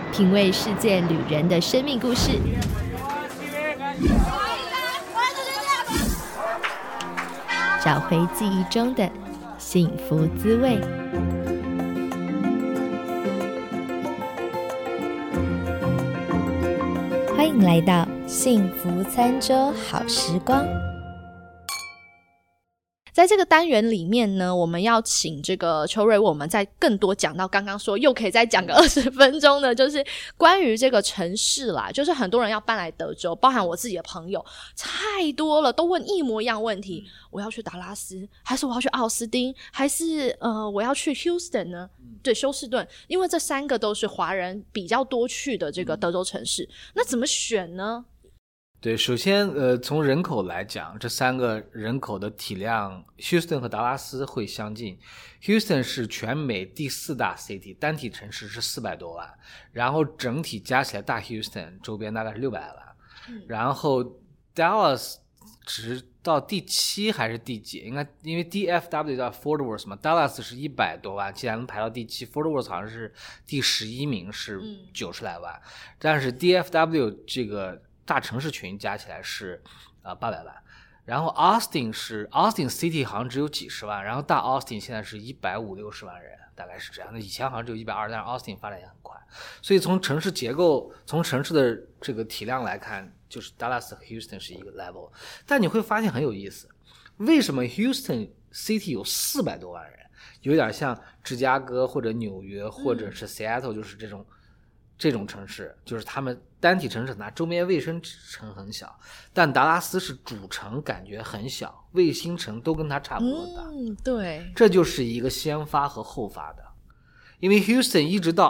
品味世界旅人的生命故事，找回记忆中的幸福滋味。欢迎来到幸福餐桌好时光。在这个单元里面呢，我们要请这个邱瑞为我们再更多讲到刚刚说又可以再讲个20分钟的，就是关于这个城市啦，就是很多人要搬来德州，包含我自己的朋友太多了，都问一模一样问题，我要去达拉斯还是我要去奥斯汀还是我要去 Houston 呢？对，休斯顿，因为这三个都是华人比较多去的这个德州城市，那怎么选呢？ 对，首先从人口来讲，这三个人口的体量 Houston 和达拉斯会相近。Houston 是全美第4大 city， 单体城市是400多万，然后整体加起来大 Houston 周边大概是600万，然后 Dallas 只到第7还是第几，应该因为 DFW 叫 Fort Worth 嘛， Dallas 是100多万，既然能排到第7， Fort Worth 好像是第11名，是90来万，但是 DFW 这个大城市群加起来是800万，然后 Austin City 好像只有几十万，然后大 Austin 现在是150-160万人，大概是这样的。以前好像只有120，但是 Austin 发展也很快，所以从城市结构，从城市的这个体量来看，就是 Dallas 和 Houston 是一个 level。但你会发现很有意思，为什么 Houston City 有400多万人，有点像芝加哥或者纽约或者是 Seattle，就是这种城市，就是他们单体城市很大，周边卫星城很小，但达拉斯是主城，感觉很小，卫星城都跟它差不多大。 对， 这就是一个先发和后发的。因为 Houston 一直到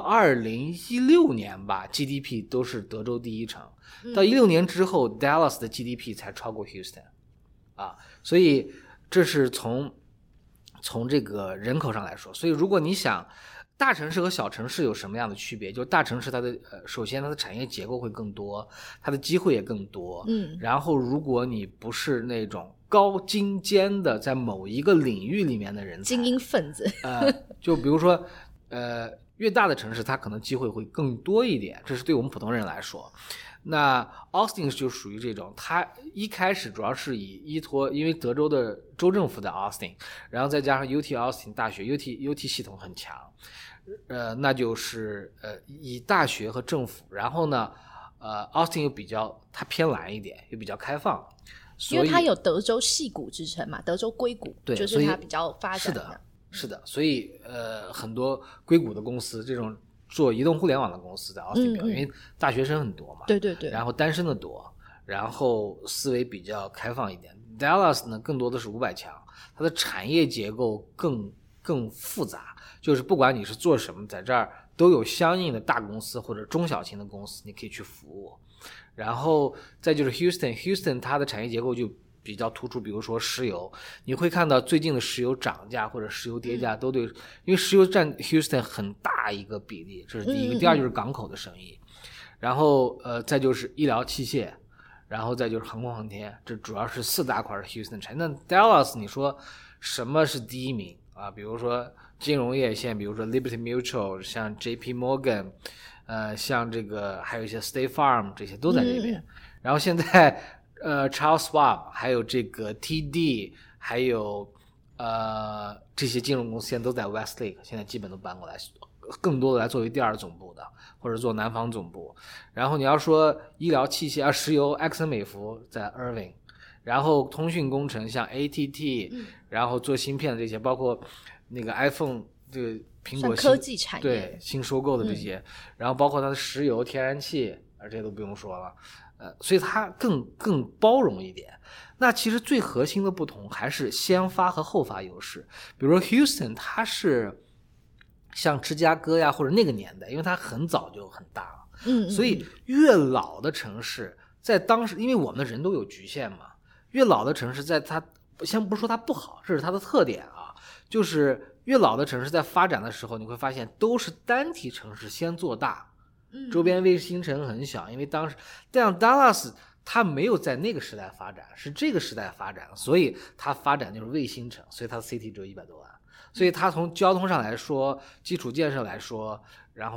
2016年吧 GDP 都是德州第一城，到16年之后 Dallas 的 GDP 才超过 Houston 所以这是从这个人口上来说。所以如果你想大城市和小城市有什么样的区别，就大城市它的首先它的产业结构会更多，它的机会也更多，然后如果你不是那种高精尖的在某一个领域里面的人才， 精英分子就比如说越大的城市它可能机会会更多一点，这是对我们普通人来说。那 Austin 就属于这种，它一开始主要是依托，因为德州的州政府在 Austin， 然后再加上 UT Austin 大学 UT 系统很强，那就是以大学和政府，然后呢Austin 又比较它偏蓝一点，又比较开放， 因为它有德州矽谷之称嘛，德州硅谷，对，就是它比较发展的。 是的，所以很多硅谷的公司，这种做移动互联网的公司在 Austin 因为大学生很多嘛， 对对对， 然后单身的多，然后思维比较开放一点。Dallas 呢更多的是500强，它的产业结构更复杂，就是不管你是做什么，在这儿都有相应的大公司或者中小型的公司你可以去服务。然后再就是 Houston 它的产业结构就比较突出，比如说石油，你会看到最近的石油涨价或者石油跌价都对，因为石油占 Houston 很大一个比例，这是第一个。第二就是港口的生意，然后再就是医疗器械，然后再就是航空航天，这主要是4大块的 Houston 产业。那 Dallas 你说什么是第一名比如说金融业线，比如说 Liberty Mutual， 像 JP Morgan， 像这个还有一些 State Farm， 这些都在这边。然后现在Charles Schwab， 还有这个 TD， 还有这些金融公司现在都在 Westlake， 现在基本都搬过来，更多的来作为第2总部的，或者做南方总部。然后你要说医疗器械石油，埃克森美孚在 Irving， 然后通讯工程像 AT&T，然后做芯片的这些，包括那个 iPhone 这个苹果科技产业对新收购的这些，然后包括它的石油天然气，这些都不用说了。所以它更包容一点。那其实最核心的不同还是先发和后发优势。比如说 Houston 它是像芝加哥呀或者那个年代，因为它很早就很大了，所以越老的城市在当时，因为我们的人都有局限嘛，越老的城市在它先不说它不好，这是它的特点就是越老的城市在发展的时候，你会发现都是单体城市先做大，周边卫星城很小，因为当时这样 Dallas 它没有在那个时代发展，是这个时代发展，所以它发展就是卫星城，所以它的 CT 只有100多万，所以它从交通上来说，基础建设来说，然后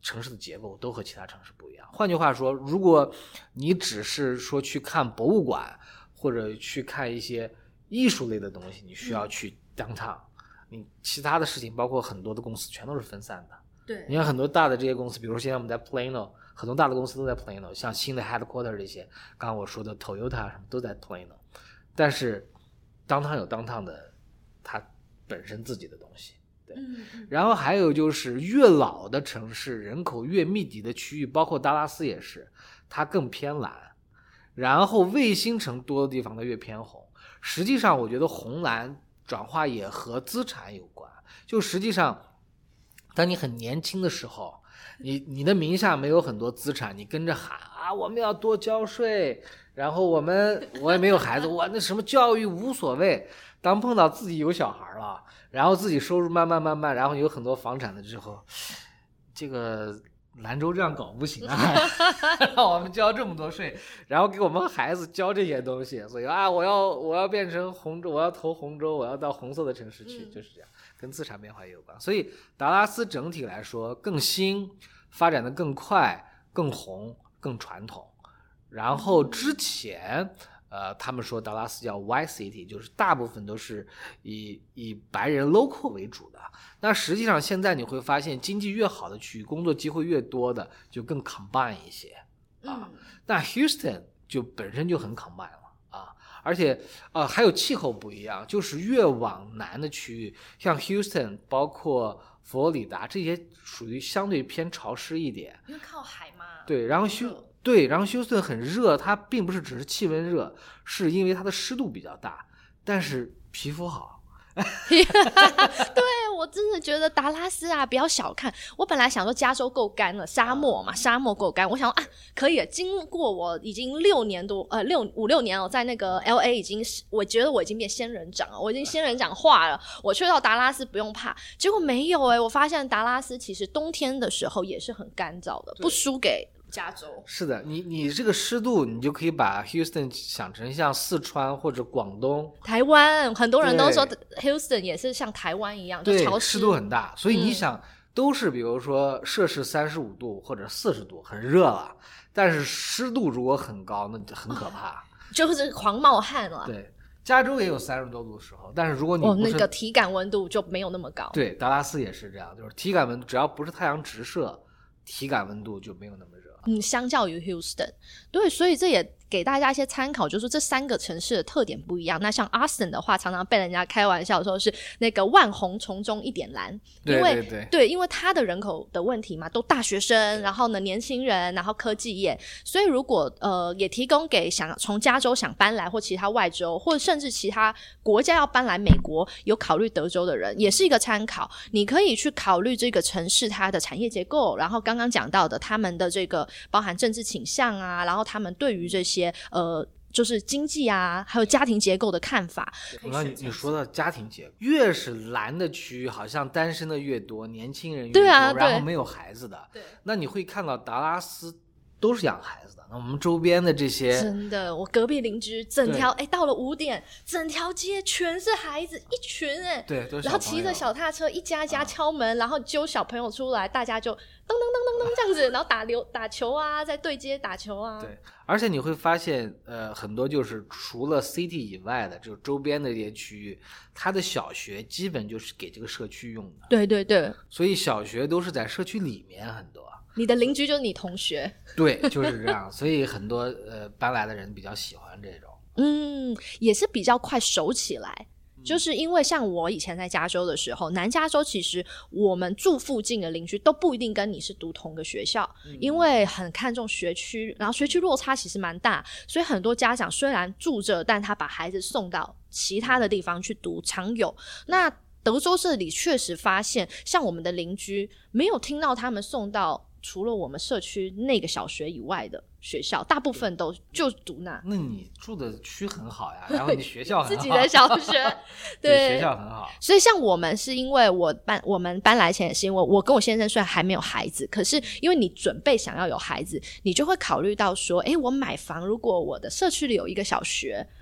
城市的结构都和其他城市不一样。换句话说，如果你只是说去看博物馆或者去看一些艺术类的东西，你需要去 downtown，你其他的事情包括很多的公司全都是分散的。 对， 你看很多大的这些公司，比如说现在我们在 Plano， 很多大的公司都在 Plano， 像新的 headquarter 这些，刚刚我说的 Toyota 什么都在 Plano， 但是 downtown 有 downtown 的它本身自己的东西。对，然后还有就是越老的城市，人口越密集的区域，包括达拉斯也是，它更偏蓝，然后卫星城多的地方它越偏红。实际上我觉得红蓝转化也和资产有关，就实际上当你很年轻的时候，你的名下没有很多资产，你跟着喊啊我们要多交税，然后我也没有孩子，我那什么教育无所谓。当碰到自己有小孩了，然后自己收入慢慢，然后有很多房产的之后，这个兰州这样搞不行啊，让我们交这么多税，然后给我们孩子交这些东西，所以啊我要变成红州，我要投红州，我要到红色的城市去，就是这样，跟资产变化也有关。所以达拉斯整体来说更新，发展的更快，更红，更传统。然后之前他们说达拉斯叫 White City， 就是大部分都是以白人 local 为主的。那实际上现在你会发现，经济越好的区域，工作机会越多的，就更 combine 一些啊。那 Houston 就本身就很 combine 了啊，而且还有气候不一样，就是越往南的区域，像 Houston 包括佛罗里达这些属于相对偏潮湿一点， 因为靠海嘛。 对，然后休斯顿很热，它并不是只是气温热，是因为它的湿度比较大，但是皮肤好。 对，我真的觉得达拉斯啊不要小看，我本来想说加州够干了，沙漠嘛，沙漠够干，我想说可以了，经过我已经5-6年了，在那个 LA 我觉得我已经变仙人掌了，我已经仙人掌化了，我去到达拉斯不用怕。结果没有我发现达拉斯其实冬天的时候也是很干燥的，不输给加州。是的，你这个湿度，你就可以把 Houston 想成像四川或者广东、 台湾，很多人都说 Houston 也是像台湾一样，就潮湿， 湿度很大。所以你想，都是比如说摄氏35度或者40度，很热了，但是湿度如果很高，那就很可怕， 就是狂冒汗了。 对，加州也有30多度的时候，但是如果你那个体感温度就没有那么高。 对，达拉斯也是这样，就是体感温度只要不是太阳直射，体感温度就没有那么热。 相较于 Houston， 对，所以这也给大家一些参考，就是这3个城市的特点不一样。那像 Austin 的话，常常被人家开玩笑说是那个万红丛中一点蓝，对，因为它的人口的问题嘛，都大学生，然后呢年轻人，然后科技业，所以如果也提供给想从加州想搬来或其他外州，或者甚至其他国家要搬来美国有考虑德州的人，也是一个参考。你可以去考虑这个城市它的产业结构，然后刚刚讲到的他们的这个包含政治倾向啊，然后他们对于这些就是经济啊还有家庭结构的看法。 你说到家庭结构，越是蓝的区域好像单身的越多，年轻人越多， 对啊， 然后没有孩子的，对，那你会看到达拉斯都是养孩子的。那我们周边的这些， 真的，我隔壁邻居整条到了5点，整条街全是孩子，一群对， 然后骑着小踏车一家家敲门，然后揪小朋友出来，大家就噔噔噔噔噔这样子，然后打球啊，在对街打球啊。 对，而且你会发现很多就是除了 city 以外的，就周边的这些区域，它的小学基本就是给这个社区用的。 对对对， 所以小学都是在社区里面很多。 你的邻居就是你同学。 对，就是这样。所以很多搬来的人比较喜欢这种。 也是比较快熟起来。就是因为像我以前在加州的时候，南加州其实我们住附近的邻居都不一定跟你是读同个学校，因为很看重学区，然后学区落差其实蛮大，所以很多家长虽然住着，但他把孩子送到其他的地方去读，常有。那德州这里确实发现，像我们的邻居没有听到他们送到除了我们社区那个小学以外的学校，大部分都就读那。 那你住的区很好呀，然后你学校很好， 自己的小学对， 学校很好。 所以像我们是因为我们搬来前也是因为我跟我先生虽然还没有孩子，可是因为你准备想要有孩子，你就会考虑到说我买房如果我的社区里有一个小学，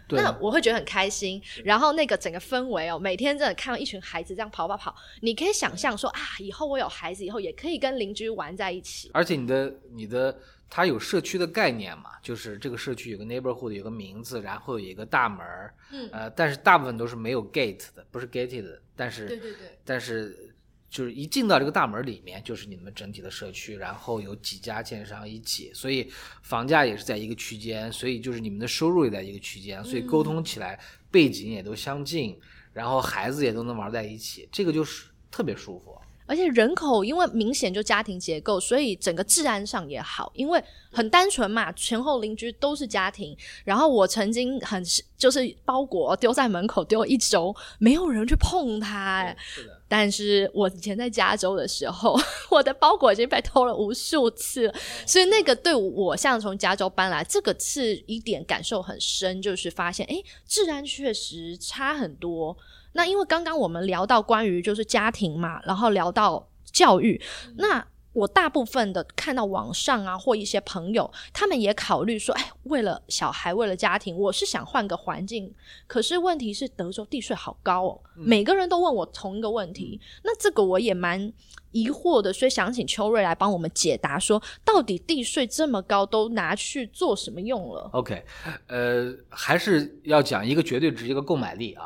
那我会觉得很开心。然后那个整个氛围哦，每天真的看到一群孩子这样跑，你可以想象说啊，以后我有孩子以后也可以跟邻居玩在一起。 而且你的它有社区的概念嘛，就是这个社区有个 neighborhood 有个名字，然后有一个大门，但是大部分都是没有 gate 的，不是 gated 的，但是就是一进到这个大门里面就是你们整体的社区，然后有几家建商一起，所以房价也是在一个区间，所以就是你们的收入也在一个区间，所以沟通起来背景也都相近，然后孩子也都能玩在一起，这个就是特别舒服。 而且人口因为明显就家庭结构，所以整个治安上也好，因为很单纯嘛，前后邻居都是家庭。然后我曾经就是包裹丢在门口丢1周，没有人去碰它是的。 但是我以前在加州的时候，我的包裹已经被偷了无数次了，所以那个对我像从加州搬来，这个是一点感受很深，就是发现治安确实差很多。那因为刚刚我们聊到关于就是家庭嘛，然后聊到教育，那我大部分的看到网上啊或一些朋友他们也考虑说为了小孩为了家庭我是想换个环境，可是问题是德州地税好高哦，每个人都问我同一个问题，那这个我也蛮疑惑的，所以想请邱瑞来帮我们解答说到底地税这么高都拿去做什么用了。 OK， 还是要讲一个绝对值一个购买力啊，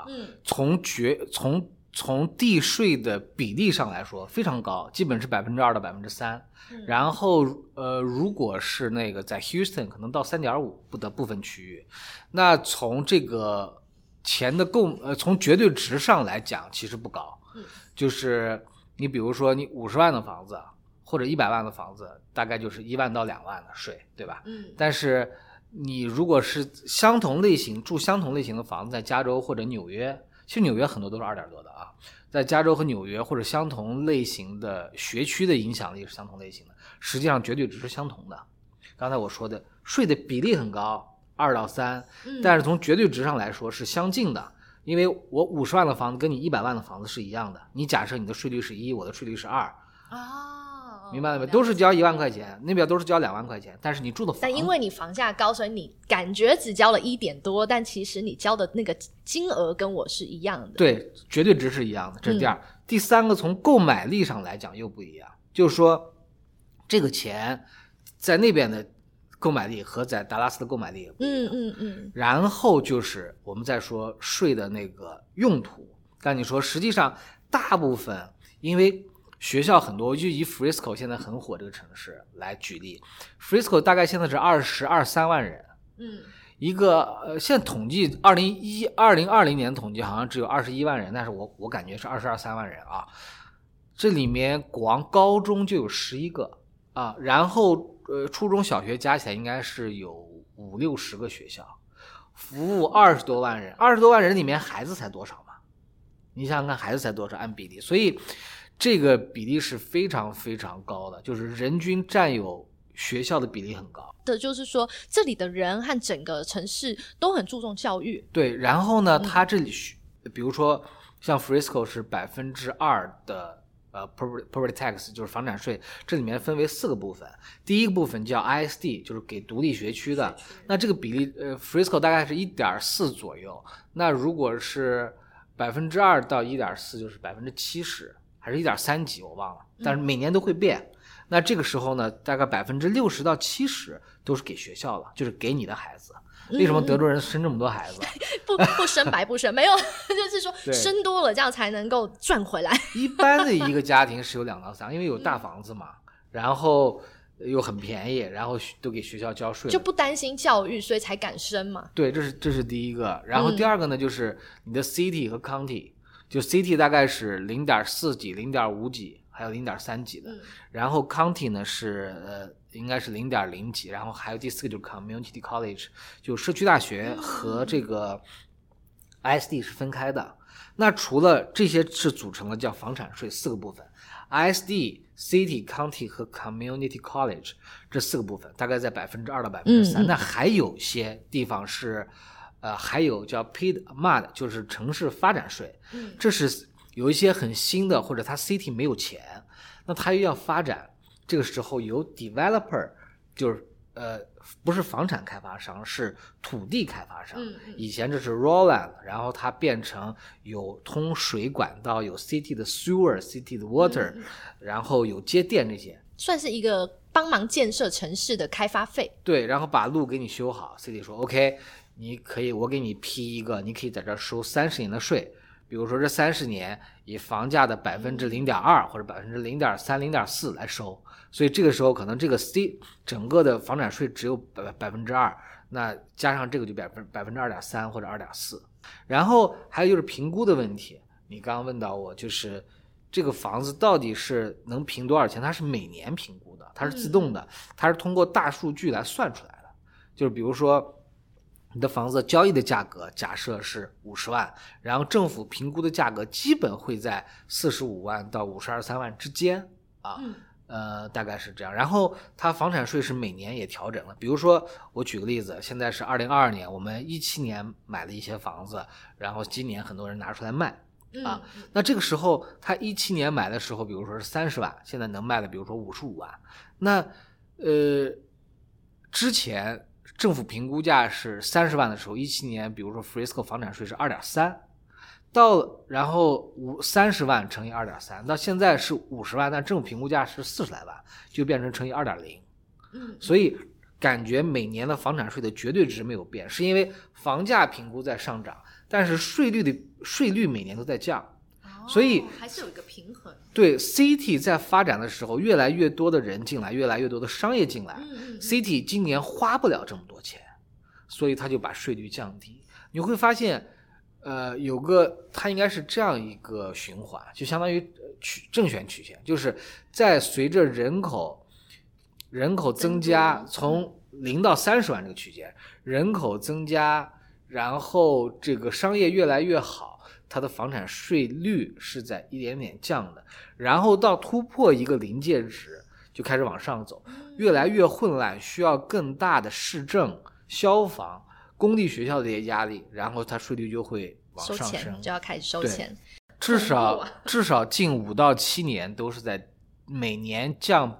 从地税的比例上来说非常高，基本是2%到3%，然后如果是那个在 Houston 可能到3.5%的部分区域，那从这个钱的从绝对值上来讲其实不高，就是你比如说你50万的房子或者100万的房子，大概就是1万到2万的税，对吧？但是你如果是住相同类型的房子，在加州或者纽约，其实纽约很多都是2点多的啊，在加州和纽约或者相同类型的学区的影响力是相同类型的，实际上绝对值是相同的。刚才我说的税的比例很高，2到3，但是从绝对值上来说是相近的，因为我50万的房子跟你100万的房子是一样的，你假设你的税率是1，我的税率是2明白了没？都是交1万块钱，那边都是交2万块钱，但是你住的房， 但因为你房价高，所以你感觉只交了1点多，但其实你交的那个金额跟我是一样的。 对，绝对值是一样的，这是第二。第三个，从购买力上来讲又不一样，就是说这个钱在那边的购买力和在达拉斯的购买力也不一样。然后就是我们再说税的那个用途，刚才你说实际上大部分因为学校很多，就以 Frisco 现在很火这个城市来举例， Frisco 大概现在是23万人，一个现在统计2020年统计好像只有21万人，但是我感觉是23万人啊，这里面光高中就有11个啊，然后初中小学加起来应该是有50-60个学校，服务20多万人，20多万人里面孩子才多少嘛？你想想看孩子才多少按比例，所以这个比例是非常非常高的，就是人均占有学校的比例很高的，就是说这里的人和整个城市都很注重教育。 对，然后呢它这里比如说像 Frisco 是2%的property tax 就是房产税，这里面分为4个部分，第一个部分叫 ISD 就是给独立学区的，那这个比例Frisco 大概是 1.4 左右，那如果是2%到 1.4 就是70%还是1.3几我忘了，但是每年都会变，那这个时候呢大概60%到70%都是给学校了，就是给你的孩子。为什么德州人生这么多孩子？ 不生白不生，没有，就是说生多了这样才能够赚回来。 一般的一个家庭是有2到3，因为有大房子嘛，然后又很便宜，然后都给学校交税， 就不担心教育，所以才敢生嘛。 对，这是第一个。然后第二个呢，就是你的 city 和 county，就 city 大概是0.4几、0.5几，还有0.3几的，然后 county 呢是应该是0.0几，然后还有第4个就是 community college， 就社区大学和这个 ISD 是分开的。那除了这些是组成了叫房产税4个部分， ISD、City、County 和 Community College 这4个部分大概在2%到3%，那还有些地方是还有叫 PMAD 就是城市发展税，这是有一些很新的或者它 City 没有钱，那它又要发展，这个时候由 developer 就是不是房产开发商，是土地开发商。以前这是 raw land， 然后它变成有通水管道，有 city 的 sewer、city 的 water，然后有接电，这些算是一个帮忙建设城市的开发费。 对，然后把路给你修好 ，city 说 OK， 你可以，我给你批一个，你可以在这儿收30年的税。比如说这30年以房价的 0.2% 或者 0.3%、0.4% 来收，所以这个时候可能这个 C 整个的房产税只有 2%， 那加上这个就 2.3% 或者 2.4%。 然后还有就是评估的问题，你刚刚问到我，就是这个房子到底是能评多少钱，它是每年评估的，它是自动的，它是通过大数据来算出来的。就是比如说你的房子交易的价格假设是50万，然后政府评估的价格基本会在45万到52、3万之间啊，大概是这样。然后它房产税是每年也调整了，比如说我举个例子，现在是2022年，我们17年买了一些房子，然后今年很多人拿出来卖啊，那这个时候他17年买的时候，比如说是30万，现在能卖的比如说55万，那之前政府评估价是30万的时候，17年比如说 Frisco 房产税是 2.3%， 然后30万乘以 2.3%， 到现在是50万，但政府评估价是40来万，就变成乘以 2.0。 所以感觉每年的房产税的绝对值没有变，是因为房价评估在上涨，但是税率每年都在降，所以还是有一个平衡。 对 City 在发展的时候，越来越多的人进来，越来越多的商业进来，City 今年花不了这么多钱，所以他就把税率降低。你会发现它应该是这样一个循环，就相当于正弦曲线，就是在随着人口增加，从0到30万这个区间，人口增加，然后这个商业越来越好，它的房产税率是在一点点降的，然后到突破一个临界值就开始往上走，越来越混乱，需要更大的市政、消防、公立学校的这些压力，然后它税率就会往上升， 就要开始收钱。 至少近5到7年都是在每年降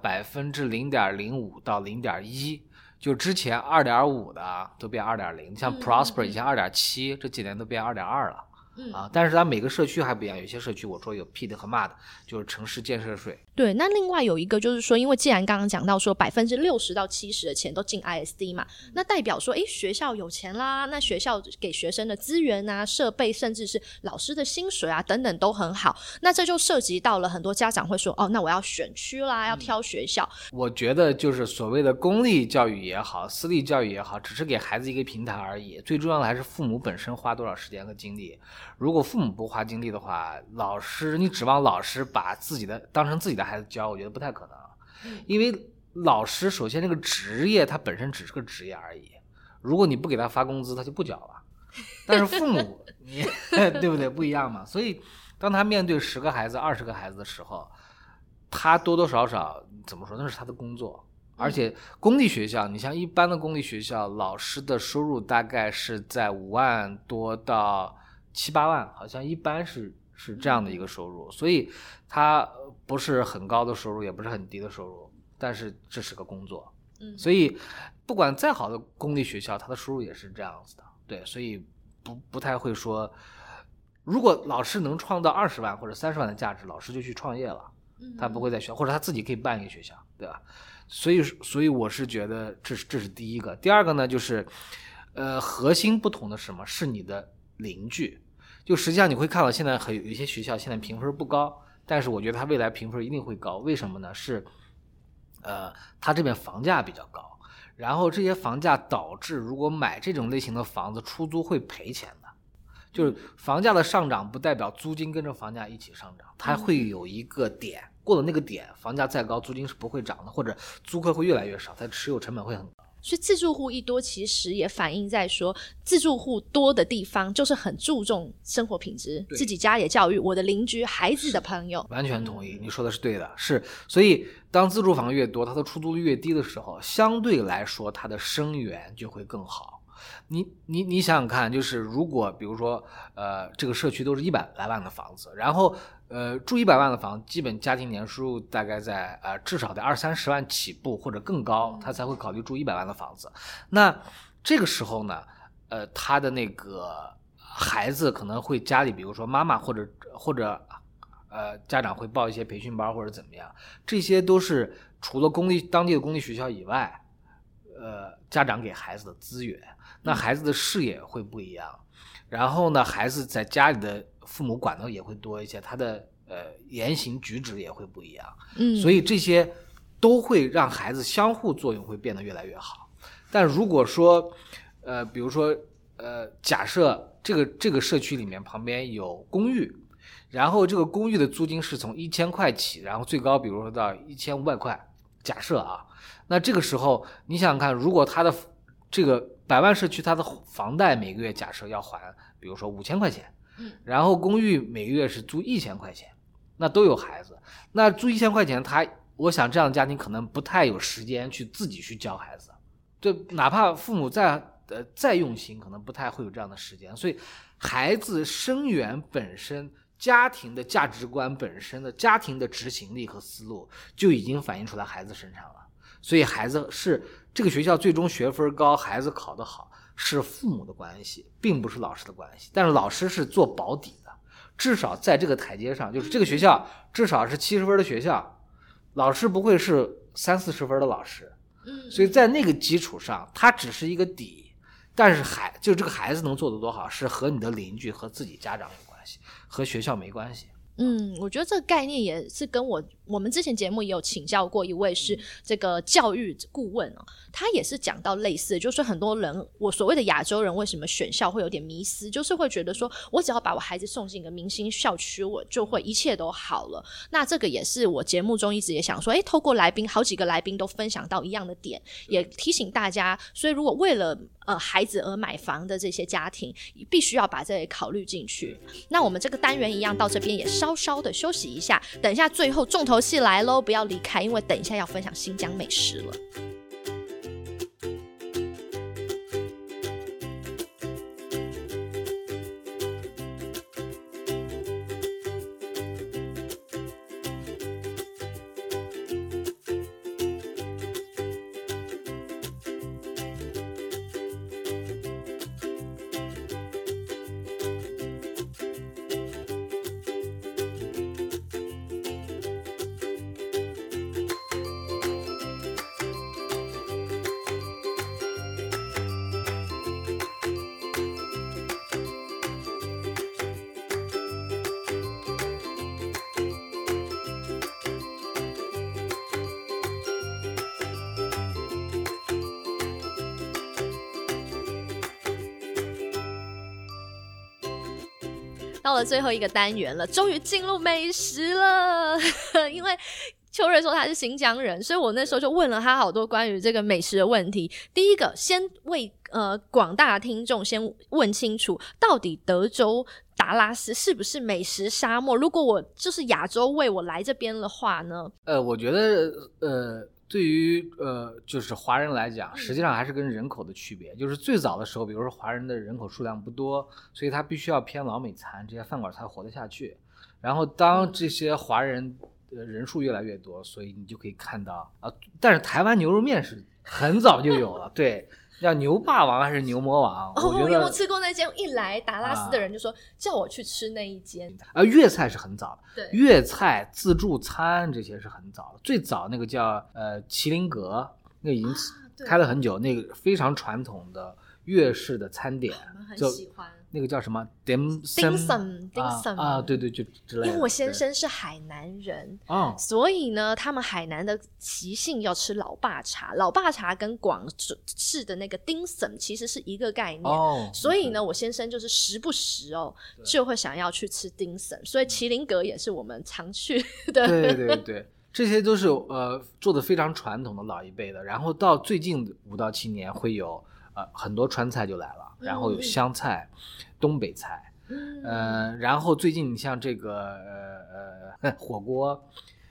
0.05% 到 0.1%， 就之前 2.5 的都变 2.0， 像 Prosper 以前 2.7， 这几年都变 2.2 了但是它每个社区还不一样，有些社区我说有 PID 和 MAD， 就是城市建设税。 对，那另外有一个就是说，因为既然刚刚讲到说60%到70%的钱都进 ISD 嘛，那代表说学校有钱啦，那学校给学生的资源啊、设备，甚至是老师的薪水啊等等都很好，那这就涉及到了很多家长会说那我要选区啦，要挑学校。 我觉得就是所谓的公立教育也好，私立教育也好，只是给孩子一个平台而已，最重要的还是父母本身花多少时间和精力。如果父母不花精力的话，你指望老师把当成自己的孩子教，我觉得不太可能。因为老师首先这个职业它本身只是个职业而已，如果你不给他发工资，他就不教了。但是父母你对不对，不一样嘛。所以当他面对10个孩子、20个孩子的时候，他多多少少怎么说，那是他的工作。而且公立学校，你像一般的公立学校，老师的收入大概是在5万多到7、8万，好像一般是这样的一个收入，所以它不是很高的收入，也不是很低的收入，但是这是个工作。所以不管再好的公立学校，它的收入也是这样子的。对，所以不太会说，如果老师能创造20万或者30万的价值，老师就去创业了，他不会在学校，或者他自己可以办一个学校，对吧？所以我是觉得这是第一个。第二个呢，就是核心不同的是什么？是你的邻居。就实际上你会看到现在有一些学校现在评分不高，但是我觉得它未来评分一定会高。为什么呢？是它这边房价比较高，然后这些房价导致如果买这种类型的房子出租会赔钱的。就是房价的上涨不代表租金跟着房价一起上涨，它会有一个点，过了那个点，房价再高租金是不会涨的，或者租客会越来越少，它持有成本会很高。 所以自住户一多，其实也反映在说自住户多的地方就是很注重生活品质，自己家也教育我的邻居孩子的朋友。 完全同意，你说的是对的。是，所以当自住房越多，它的出租率越低的时候，相对来说它的生源就会更好。 你想想看，就是如果比如说这个社区都是100来万的房子，然后住100万的房，基本家庭年收入大概在至少得20-30万起步或者更高，他才会考虑住100万的房子。那这个时候呢，他的那个孩子可能会家里比如说妈妈或者家长会报一些培训班或者怎么样，这些都是除了当地的公立学校以外，家长给孩子的资源。那孩子的视野会不一样，然后呢，孩子在家里的父母管的也会多一些，他的言行举止也会不一样。所以这些都会让孩子相互作用会变得越来越好。但如果说比如说假设这个社区里面旁边有公寓，然后这个公寓的租金是从1000块起，然后最高比如说到1500块，假设啊，那这个时候你想想看，如果他的这个100万社区他的房贷每个月假设要还比如说5000块钱，然后公寓每个月是租1000块钱，那都有孩子，那租1000块钱我想这样的家庭可能不太有时间去自己去教孩子，就哪怕父母再用心，可能不太会有这样的时间。所以孩子生源本身，家庭的价值观本身的家庭的执行力和思路就已经反映出来孩子身上了。所以孩子是这个学校最终学分高，孩子考得好，是父母的关系，并不是老师的关系。但是老师是做保底的，至少在这个台阶上，就是这个学校至少是70分的学校，老师不会是30-40分的老师。所以在那个基础上，它只是一个底，但是就这个孩子能做得多好，是和你的邻居和自己家长有关系，和学校没关系。 我觉得这个概念也是跟我们之前节目也有请教过一位是这个教育顾问他也是讲到类似的，就是很多人我所谓的亚洲人为什么选校会有点迷思，就是会觉得说我只要把我孩子送进一个明星校区，我就会一切都好了。那这个也是我节目中一直也想说透过好几个来宾都分享到一样的点，也提醒大家，所以如果为了孩子而买房的这些家庭必须要把这个考虑进去。那我们这个单元一样到这边也稍稍的休息一下，等一下最后重头戏来咯，不要离开，因为等一下要分享新疆美食了。到了最后一个单元了，终于进入美食了因为秋瑞说他是新疆人，所以我那时候就问了他好多关于这个美食的问题。第一个先为广大听众先问清楚，到底德州达拉斯是不是美食沙漠？如果我就是亚洲胃我来这边的话呢？ 我觉得对于就是华人来讲，实际上还是跟人口的区别。就是最早的时候，比如说华人的人口数量不多，所以他必须要偏老美餐，这些饭馆才活得下去。然后当这些华人人数越来越多，所以你就可以看到但是台湾牛肉面是很早就有了，对。叫牛霸王还是牛魔王？我觉得有没有吃过那间？一来达拉斯的人就说叫我去吃那一间。 粤菜是很早的， 对， 粤菜自助餐这些是很早的。最早那个叫麒麟阁，那个已经开了很久，那个非常传统的粤式的餐点， 我们很喜欢。 那个叫什么 dim sum 对对，就之类的。 因为我先生是海南人所以呢他们海南的习性要吃老爸茶，老爸茶跟广式的那个 dim sum 其实是一个概念所以呢我先生就是时不时就会想要去吃 dim sum， 所以麒麟阁也是我们常去的。 对对对，这些都是做的非常传统的老一辈的。然后到最近5到7年会有很多川菜就来了，然后有湘菜、东北菜，然后最近你像这个火锅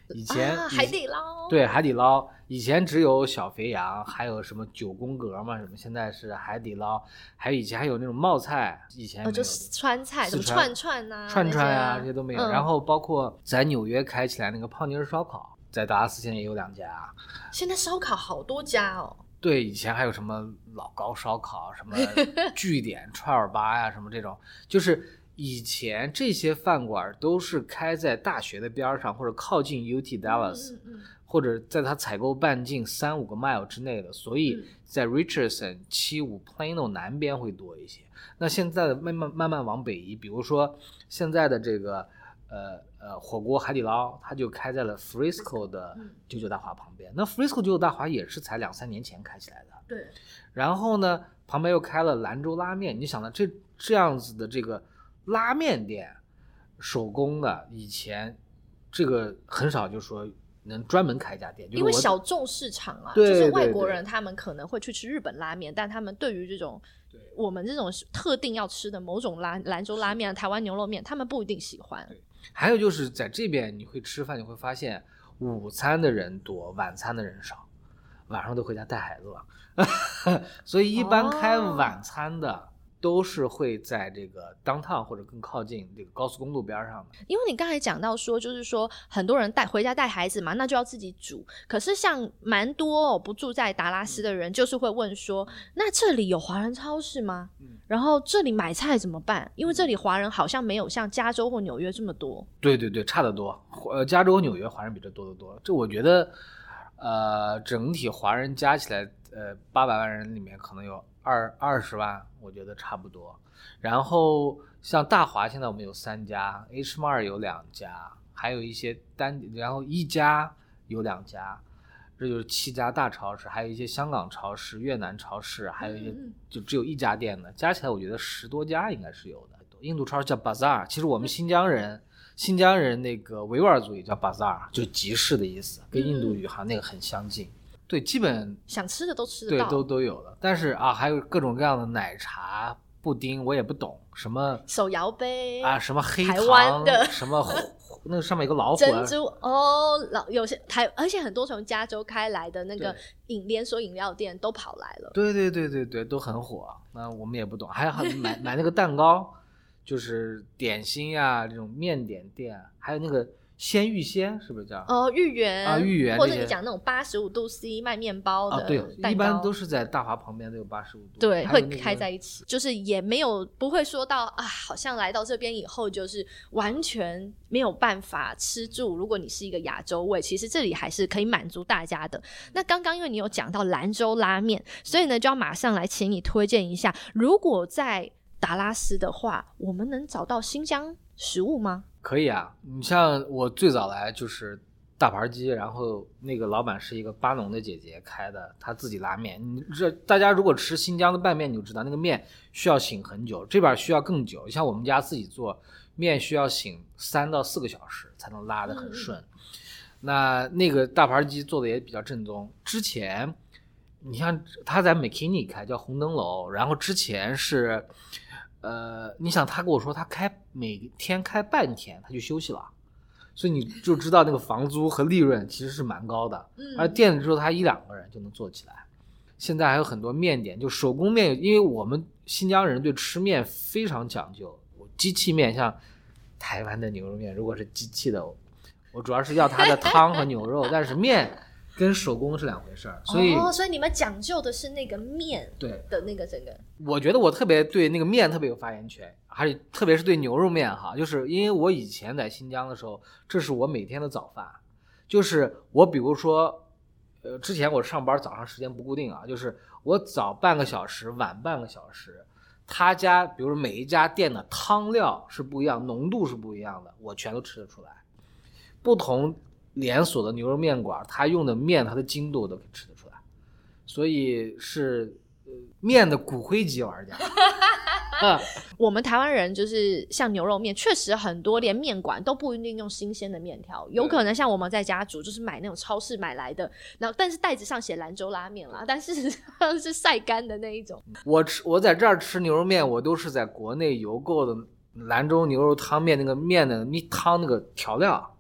以前海底捞， 对，海底捞以前只有小肥羊，还有什么九宫格嘛什么，现在是海底捞，还有以前还有那种冒菜，以前没有就是川菜，什么串串啊， 串啊这些都没有。然后包括在纽约开起来那个泡妞烧烤，在达拉斯现在也有2家。 现在烧烤好多家哦。 对，以前还有什么老高烧烤，什么据点串儿吧呀，什么这种，就是以前这些饭馆都是开在大学的边上，或者靠近 UT Dallas，或者在它采购半径3-5个 mile 之内的，所以在 Richardson、75 Plano 南边会多一些。那现在的慢慢往北移，比如说现在的这个火锅海底捞，它就开在了 Frisco 的99大华旁边。那 Frisco 99大华也是才2-3年前开起来的。 对。 然后呢，旁边又开了兰州拉面。你想呢，这样子的这个拉面店，手工的，以前这个很少就说能专门开一家店， 因为小众市场啊， 对， 就是外国人他们可能会去吃日本拉面，但他们对于这种我们这种特定要吃的某种兰州拉面、台湾牛肉面，他们不一定喜欢。 还有就是在这边你会吃饭，你会发现午餐的人多，晚餐的人少，晚上都回家带孩子了所以一般开晚餐的都是会在这个 downtown 或者更靠近这个高速公路边上的。 因为你刚才讲到说，就是说很多人回家带孩子嘛，那就要自己煮。可是像蛮多不住在达拉斯的人，就是会问说，那这里有华人超市吗？然后这里买菜怎么办？因为这里华人好像没有像加州或纽约这么多。 对对对，差得多。加州、纽约华人比这多得多。这我觉得，整体华人加起来，800万人里面可能有20万，我觉得差不多。然后像大华现在我们有3家 ，H Mart 有2家，还有一些然后一家有2家，这就是7家大超市，还有一些香港超市、越南超市，还有一些就只有1家店的，加起来我觉得10多家应该是有的。印度超市叫 Bazaar， 其实我们新疆人那个维吾尔族也叫 Bazaar， 就是集市的意思，跟印度语好像那个很相近。对，基本想吃的都吃得到， 对，都有了。但是啊，还有各种各样的奶茶、布丁，我也不懂什么手摇杯啊，什么黑糖， 台湾的什么那个上面有个老虎珍珠哦，有些而且很多从加州开来的那个连锁饮料店都跑来了。 对，都很火。那我们也不懂，还买那个蛋糕，就是点心呀，这种面点店，还有那个鲜芋仙是不是叫芋圆啊？芋圆， 或者你讲那种85度 C 卖面包的对， 蛋糕， 一般都是在大华旁边都有85度， 对，会开在一起，就是也没有不会说到啊，好像来到这边以后就是完全没有办法吃住。如果你是一个亚洲胃，其实这里还是可以满足大家的。那刚刚因为你有讲到兰州拉面，所以呢就要马上来请你推荐一下，如果在达拉斯的话，我们能找到新疆食物吗？ 可以啊，你像我最早来就是大盘鸡，然后那个老板是一个巴农的姐姐开的，她自己拉面。大家如果吃新疆的拌面，你就知道那个面需要醒很久，这边需要更久。像我们家自己做面需要醒3到4个小时才能拉得很顺。那个大盘鸡做的也比较正宗。之前你像他在 McKinney 开叫红灯楼，然后之前是你想他跟我说他每天开半天他就休息了，所以你就知道那个房租和利润其实是蛮高的。而店里只有他1-2个人就能做起来。现在还有很多面点，就手工面，因为我们新疆人对吃面非常讲究。机器面像台湾的牛肉面，如果是机器的，我主要是要它的汤和牛肉，但是面跟手工是2回事儿，所以你们讲究的是那个面的那个整个。 我觉得我特别对那个面特别有发言权，而且特别是对牛肉面哈，就是因为我以前在新疆的时候，这是我每天的早饭，就是我比如说，之前我上班早上时间不固定啊，就是我早半个小时，晚半个小时，他家比如每一家店的汤料是不一样，浓度是不一样的，我全都吃得出来，不同连锁的牛肉面馆，它用的面，它的精度都可以吃得出来，所以是面的骨灰级玩家。 我们台湾人就是像牛肉面，确实很多连面馆都不一定用新鲜的面条，有可能像我们在家煮，就是买那种超市买来的，然后但是袋子上写兰州拉面啦，但事实上是晒干的那一种。 我在这儿吃牛肉面，我都是在国内邮购的兰州牛肉汤面那个面的汤那个调料。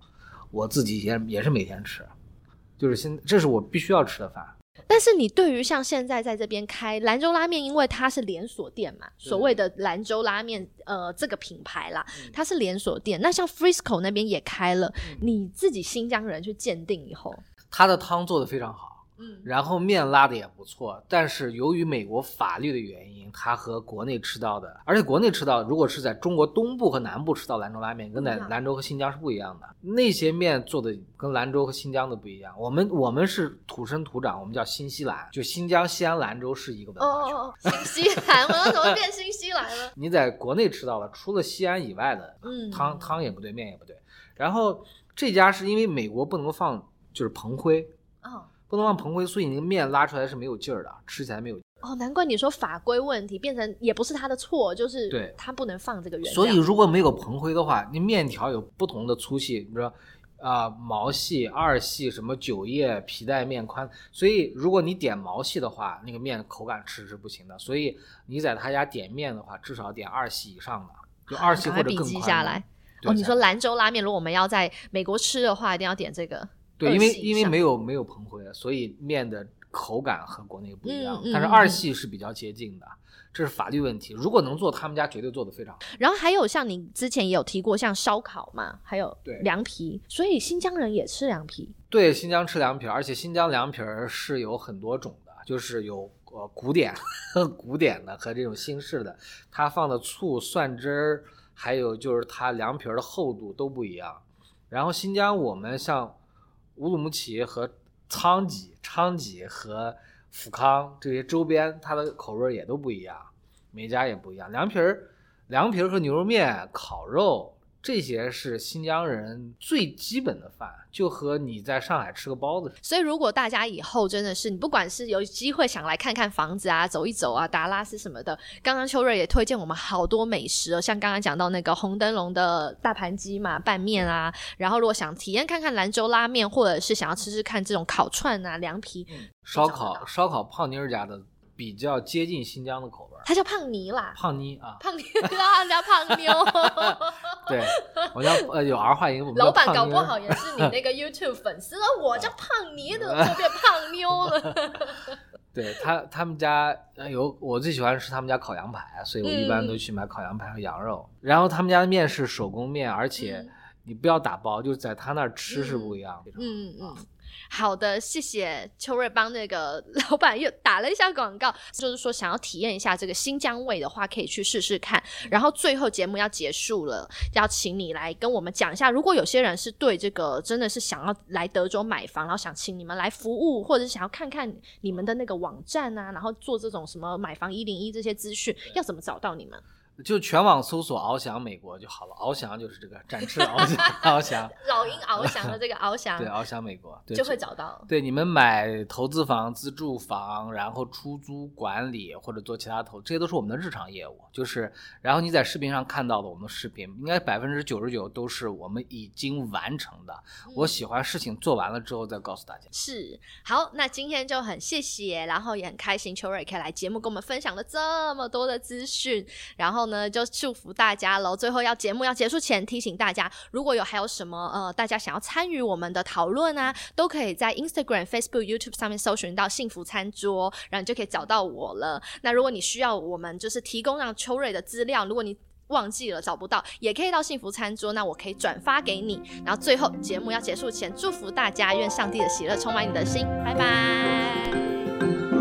我自己也是每天吃，就是这是我必须要吃的饭。 但是你对于像现在在这边开兰州拉面，因为它是连锁店嘛，所谓的兰州拉面这个品牌啦，它是连锁店，那像 Frisco 那边也开了，你自己新疆人去鉴定以后， 它的汤做得非常好，然后面拉的也不错，但是由于美国法律的原因，它和国内吃到的，而且国内吃到如果是在中国东部和南部吃到兰州拉面，跟在兰州和新疆是不一样的，那些面做的跟兰州和新疆的不一样。我们是土生土长，我们叫新西兰，就新疆、西安、兰州是一个文化圈。 新西兰，我要怎么变新西兰了？ 你在国内吃到了，除了西安以外的，汤也不对，面也不对。然后这家是因为美国不能放就是硼灰。不能放硼灰，所以你那个面拉出来是没有劲儿的，吃起来没有劲儿。 难怪你说法规问题变成也不是他的错，就是对他不能放这个原料。 所以如果没有硼灰的话，你面条有不同的粗细，比如说毛细、二细、什么9叶、皮带面宽，所以如果你点毛细的话，那个面口感吃是不行的。所以你在他家点面的话，至少点2细以上的，就2细或者更宽的。 笔记下来。你说兰州拉面，如果我们要在美国吃的话，一定要点这个。 对，因为没有硼灰，所以面的口感和国内不一样，但是2细是比较接近的，这是法律问题。如果能做，他们家绝对做得非常好。 然后还有像你之前也有提过，像烧烤嘛，还有凉皮，所以新疆人也吃凉皮。 对，新疆吃凉皮，而且新疆凉皮是有很多种的，就是有古典的和这种新式的，它放的醋、蒜汁儿，还有就是它凉皮的厚度都不一样。然后新疆我们像乌鲁木齐和昌吉和福康这些周边，它的口味也都不一样，每家也不一样。凉皮和牛肉面、烤肉，这些是新疆人最基本的饭，就和你在上海吃个包子。 所以如果大家以后真的是你不管是有机会想来看看房子啊，走一走啊，达拉斯什么的，刚刚秋瑞也推荐我们好多美食像刚刚讲到那个红灯笼的大盘鸡嘛，拌面啊，然后如果想体验看看兰州拉面，或者是想要吃吃看这种烤串啊、凉皮、 烧烤胖妮儿家的比较接近新疆的口味， 它叫胖妮啦， 胖妮啊， 胖妮啦，人家胖妞。 对，我叫有儿化音，我们老板搞不好也是你那个 YouTube 粉丝了，我叫胖妮，怎么变胖妞了？ 对，他们家我最喜欢吃他们家烤羊排，所以我一般都去买烤羊排和羊肉。然后他们家的面是手工面，而且你不要打包，就是在他那儿吃是不一样。 好的，谢谢秋瑞帮那个老板又打了一下广告，就是说想要体验一下这个新疆味的话，可以去试试看。然后最后节目要结束了，要请你来跟我们讲一下，如果有些人是对这个真的是想要来德州买房，然后想请你们来服务，或者是想要看看你们的那个网站啊，然后做这种什么买房101这些资讯，要怎么找到你们？ 就全网搜索翱翔美国就好了，翱翔就是这个展翅翱翔老鹰翱翔的这个翱翔对，翱翔美国对就会找到。 对，你们买投资房、自住房，然后出租管理或者做其他投资，这些都是我们的日常业务。就是然后你在视频上看到的我们的视频，应该99%都是我们已经完成的。我喜欢事情做完了之后再告诉大家。 是，好，那今天就很谢谢，然后也很开心秋瑞可以来节目跟我们分享了这么多的资讯，然后呢就祝福大家咯。最后节目要结束前提醒大家，如果还有什么大家想要参与我们的讨论啊，都可以在 Instagram、Facebook、YouTube 上面搜寻到幸福餐桌，然后你就可以找到我了。那如果你需要我们就是提供让秋瑞的资料，如果你忘记了找不到，也可以到幸福餐桌，那我可以转发给你。然后最后节目要结束前，祝福大家，愿上帝的喜乐充满你的心，拜拜。